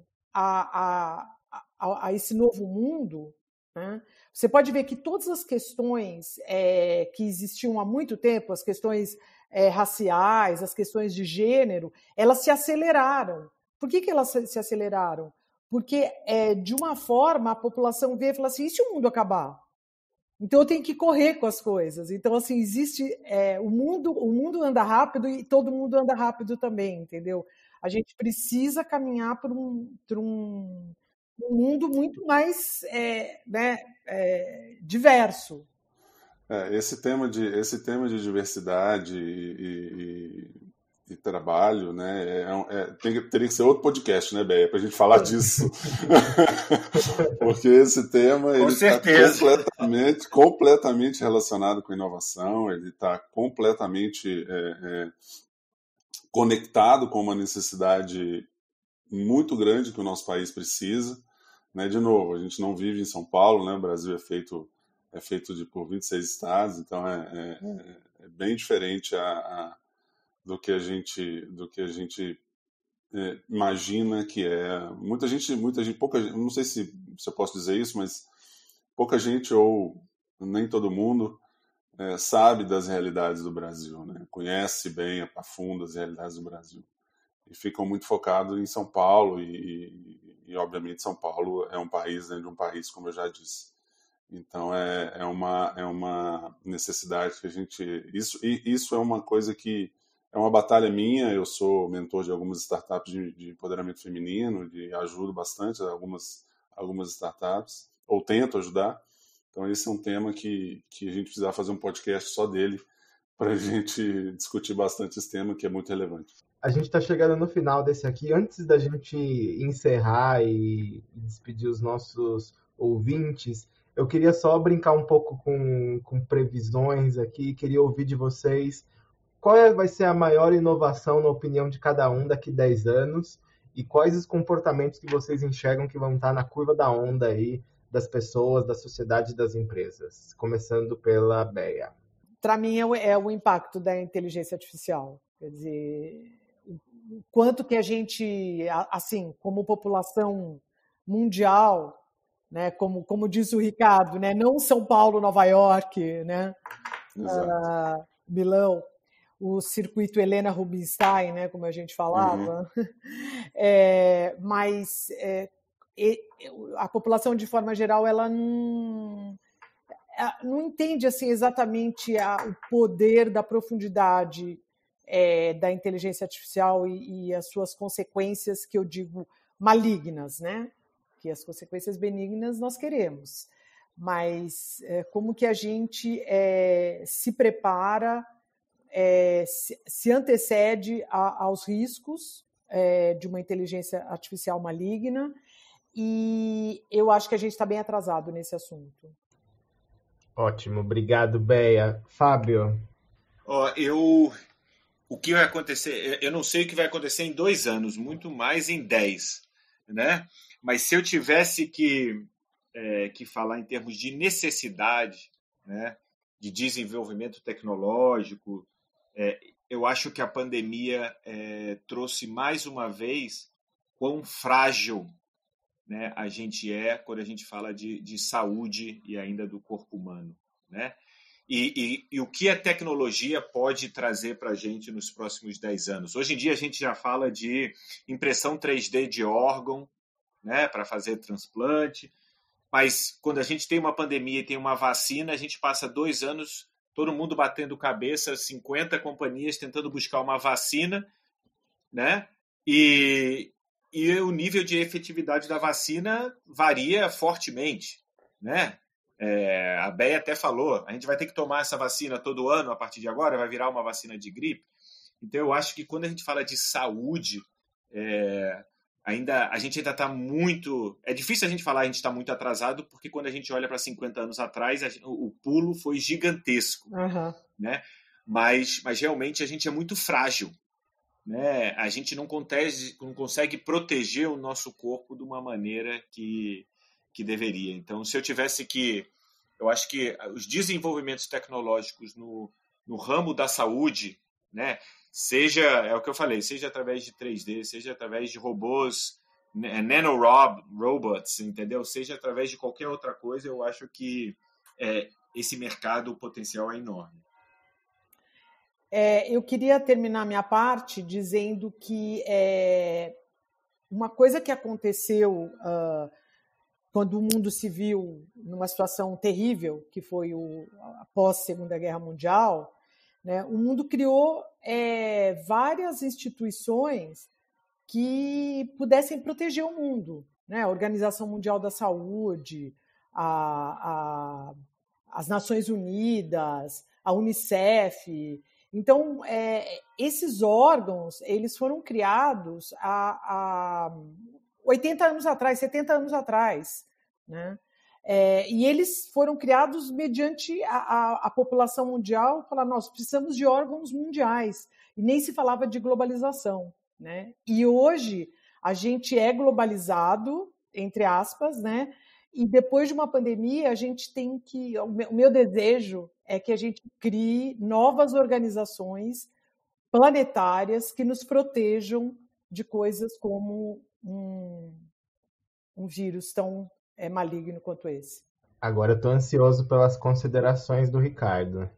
a, a, a, a esse novo mundo, né? Você pode ver que todas as questões é, que existiam há muito tempo, as questões é, raciais, as questões de gênero, elas se aceleraram. Por que, que elas se aceleraram? Porque, é, de uma forma, a população vê e fala assim, e se o mundo acabar? Então eu tenho que correr com as coisas. Então, assim, existe é, o mundo, o mundo anda rápido e todo mundo anda rápido também, entendeu? A gente precisa caminhar por um, por um, um mundo muito mais é, né, é, diverso. É, esse tema de esse tema de diversidade e, e, e trabalho, né, é, é, tem, teria que ser outro podcast, né, Béia, para a gente falar disso, porque esse tema ele está completamente, completamente relacionado com inovação, ele está completamente é, é, conectado com uma necessidade muito grande que o nosso país precisa, né? De novo, a gente não vive em São Paulo, né? O Brasil é feito é feito de por vinte e seis estados, então é, é, é bem diferente a, a, do que a gente do que a gente é, imagina que é. Muita gente, muita gente, pouca, não sei se, se eu posso dizer isso, mas pouca gente ou nem todo mundo é, sabe das realidades do Brasil, né? Conhece bem a fundo as realidades do Brasil e ficam muito focados em São Paulo e, e, e obviamente São Paulo é um país dentro de um país, como eu já disse. Então é, é uma é uma necessidade que a gente isso e isso é uma coisa que é uma batalha minha. Eu sou mentor de algumas startups de, de empoderamento feminino, de ajudo bastante algumas algumas startups ou tento ajudar. Então esse é um tema que que a gente precisa fazer um podcast só dele para a gente discutir bastante esse tema, que é muito relevante. A gente está chegando no final desse aqui. Antes da gente encerrar e despedir os nossos ouvintes, eu queria só brincar um pouco com, com previsões aqui. Queria ouvir de vocês qual é, vai ser a maior inovação, na opinião de cada um, daqui a dez anos, e quais os comportamentos que vocês enxergam que vão estar na curva da onda aí das pessoas, da sociedade e das empresas. Começando pela Béia. Para mim, é o, é o impacto da inteligência artificial. Quer dizer, o quanto que a gente, assim, como população mundial, né, como, como diz o Ricardo, né, não São Paulo, Nova York, né, uh, Milão, o circuito Helena Rubinstein, né, como a gente falava, uhum. é, mas é, a população, de forma geral, ela não, não entende assim, exatamente a, o poder da profundidade é, da inteligência artificial e, e as suas consequências, que eu digo malignas, né? Que as consequências benignas nós queremos, mas é, como que a gente é, se prepara, é, se, se antecede a, aos riscos é, de uma inteligência artificial maligna e eu acho que a gente está bem atrasado nesse assunto. Ótimo, obrigado, Bea. Fábio? Ó, eu... O que vai acontecer? Eu não sei o que vai acontecer em dois anos, muito mais em dez, né? Mas se eu tivesse que, é, que falar em termos de necessidade, né, de desenvolvimento tecnológico, é, eu acho que a pandemia é, trouxe mais uma vez quão frágil, né, a gente é quando a gente fala de, de saúde e ainda do corpo humano, né? E, e, e o que a tecnologia pode trazer para a gente nos próximos dez anos. Hoje em dia a gente já fala de impressão três D de órgão, né, para fazer transplante, mas quando a gente tem uma pandemia e tem uma vacina, a gente passa dois anos, todo mundo batendo cabeça, cinquenta companhias tentando buscar uma vacina, né, e, e o nível de efetividade da vacina varia fortemente, né? É, a Bea até falou, a gente vai ter que tomar essa vacina todo ano a partir de agora, vai virar uma vacina de gripe. Então eu acho que quando a gente fala de saúde, é, ainda, a gente ainda está muito... É difícil a gente falar que a gente está muito atrasado, porque quando a gente olha para cinquenta anos atrás, a, o pulo foi gigantesco. Uhum. Né? Mas, mas realmente a gente é muito frágil. Né? A gente não consegue, não consegue proteger o nosso corpo de uma maneira que... que deveria. Então, se eu tivesse que... Eu acho que os desenvolvimentos tecnológicos no, no ramo da saúde, né, seja, é o que eu falei, seja através de três D, seja através de robôs, nanorobots, entendeu? Seja através de qualquer outra coisa, eu acho que é, esse mercado, o potencial é enorme. É, eu queria terminar minha parte dizendo que é, uma coisa que aconteceu... Uh, quando o mundo se viu numa situação terrível, que foi o, após a Segunda Guerra Mundial, né, o mundo criou é, várias instituições que pudessem proteger o mundo. Né? A Organização Mundial da Saúde, a, a, as Nações Unidas, a Unicef. Então, é, esses órgãos eles foram criados há... há oitenta anos atrás, setenta anos atrás, né? É, e eles foram criados mediante a, a, a população mundial, falar, nós precisamos de órgãos mundiais, e nem se falava de globalização, né? E hoje a gente é globalizado, entre aspas, né? E depois de uma pandemia, a gente tem que, o meu, o meu desejo é que a gente crie novas organizações planetárias que nos protejam de coisas como Um, um vírus tão é, maligno quanto esse. Agora eu estou ansioso pelas considerações do Ricardo.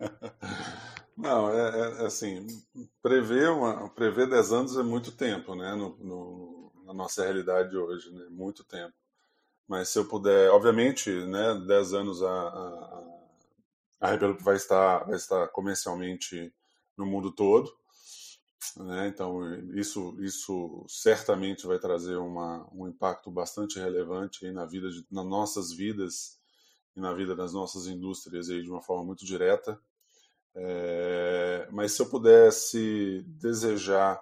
Não, é, é assim, prever, uma, prever dez anos é muito tempo, né, no, no, na nossa realidade hoje, né, muito tempo. Mas se eu puder, obviamente, né, dez anos a, a, a Hyperloop vai estar, vai estar comercialmente no mundo todo. Né? Então, isso, isso certamente vai trazer uma, um impacto bastante relevante aí na vida de, nas nossas vidas e na vida das nossas indústrias aí de uma forma muito direta. É, mas se eu pudesse desejar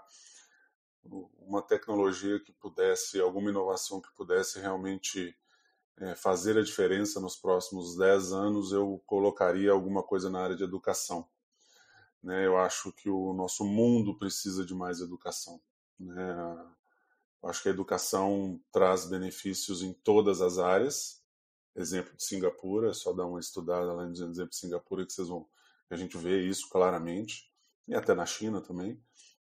uma tecnologia que pudesse, alguma inovação que pudesse realmente é, fazer a diferença nos próximos dez anos, eu colocaria alguma coisa na área de educação. Né, eu acho que o nosso mundo precisa de mais educação. Né? Eu acho que a educação traz benefícios em todas as áreas. Exemplo de Singapura, é só dar uma estudada lá no exemplo de Singapura que vocês vão, que a gente vê isso claramente, e até na China também.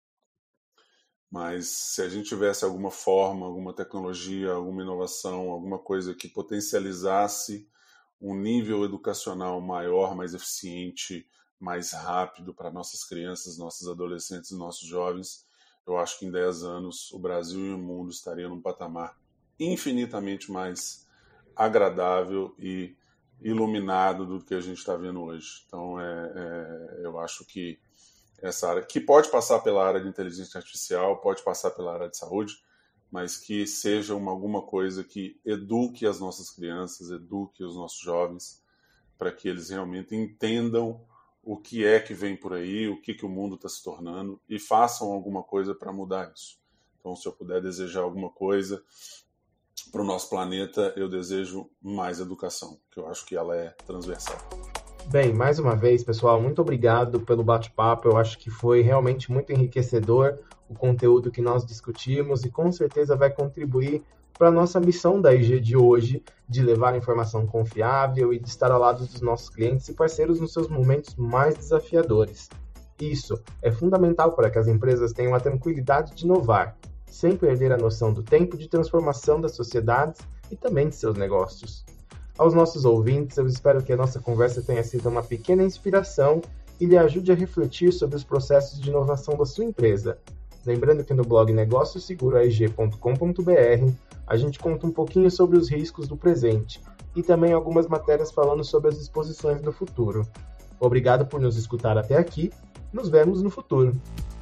Mas se a gente tivesse alguma forma, alguma tecnologia, alguma inovação, alguma coisa que potencializasse um nível educacional maior, mais eficiente, mais rápido para nossas crianças, nossos adolescentes e nossos jovens, eu acho que em dez anos o Brasil e o mundo estariam num patamar infinitamente mais agradável e iluminado do que a gente está vendo hoje. Então, é, é, eu acho que essa área, que pode passar pela área de inteligência artificial, pode passar pela área de saúde, mas que seja uma, alguma coisa que eduque as nossas crianças, eduque os nossos jovens, para que eles realmente entendam o que é que vem por aí, o que, que o mundo está se tornando, e façam alguma coisa para mudar isso. Então, se eu puder desejar alguma coisa, para o nosso planeta, eu desejo mais educação, que eu acho que ela é transversal. Bem, mais uma vez, pessoal, muito obrigado pelo bate-papo. Eu acho que foi realmente muito enriquecedor o conteúdo que nós discutimos e com certeza vai contribuir para a nossa missão da I G de hoje, de levar informação confiável e de estar ao lado dos nossos clientes e parceiros nos seus momentos mais desafiadores. Isso é fundamental para que as empresas tenham a tranquilidade de inovar, sem perder a noção do tempo de transformação das sociedades e também de seus negócios. Aos nossos ouvintes, eu espero que a nossa conversa tenha sido uma pequena inspiração e lhe ajude a refletir sobre os processos de inovação da sua empresa. Lembrando que no blog negócio seguro a i g ponto com ponto b r a gente conta um pouquinho sobre os riscos do presente e também algumas matérias falando sobre as exposições do futuro. Obrigado por nos escutar até aqui. Nos vemos no futuro.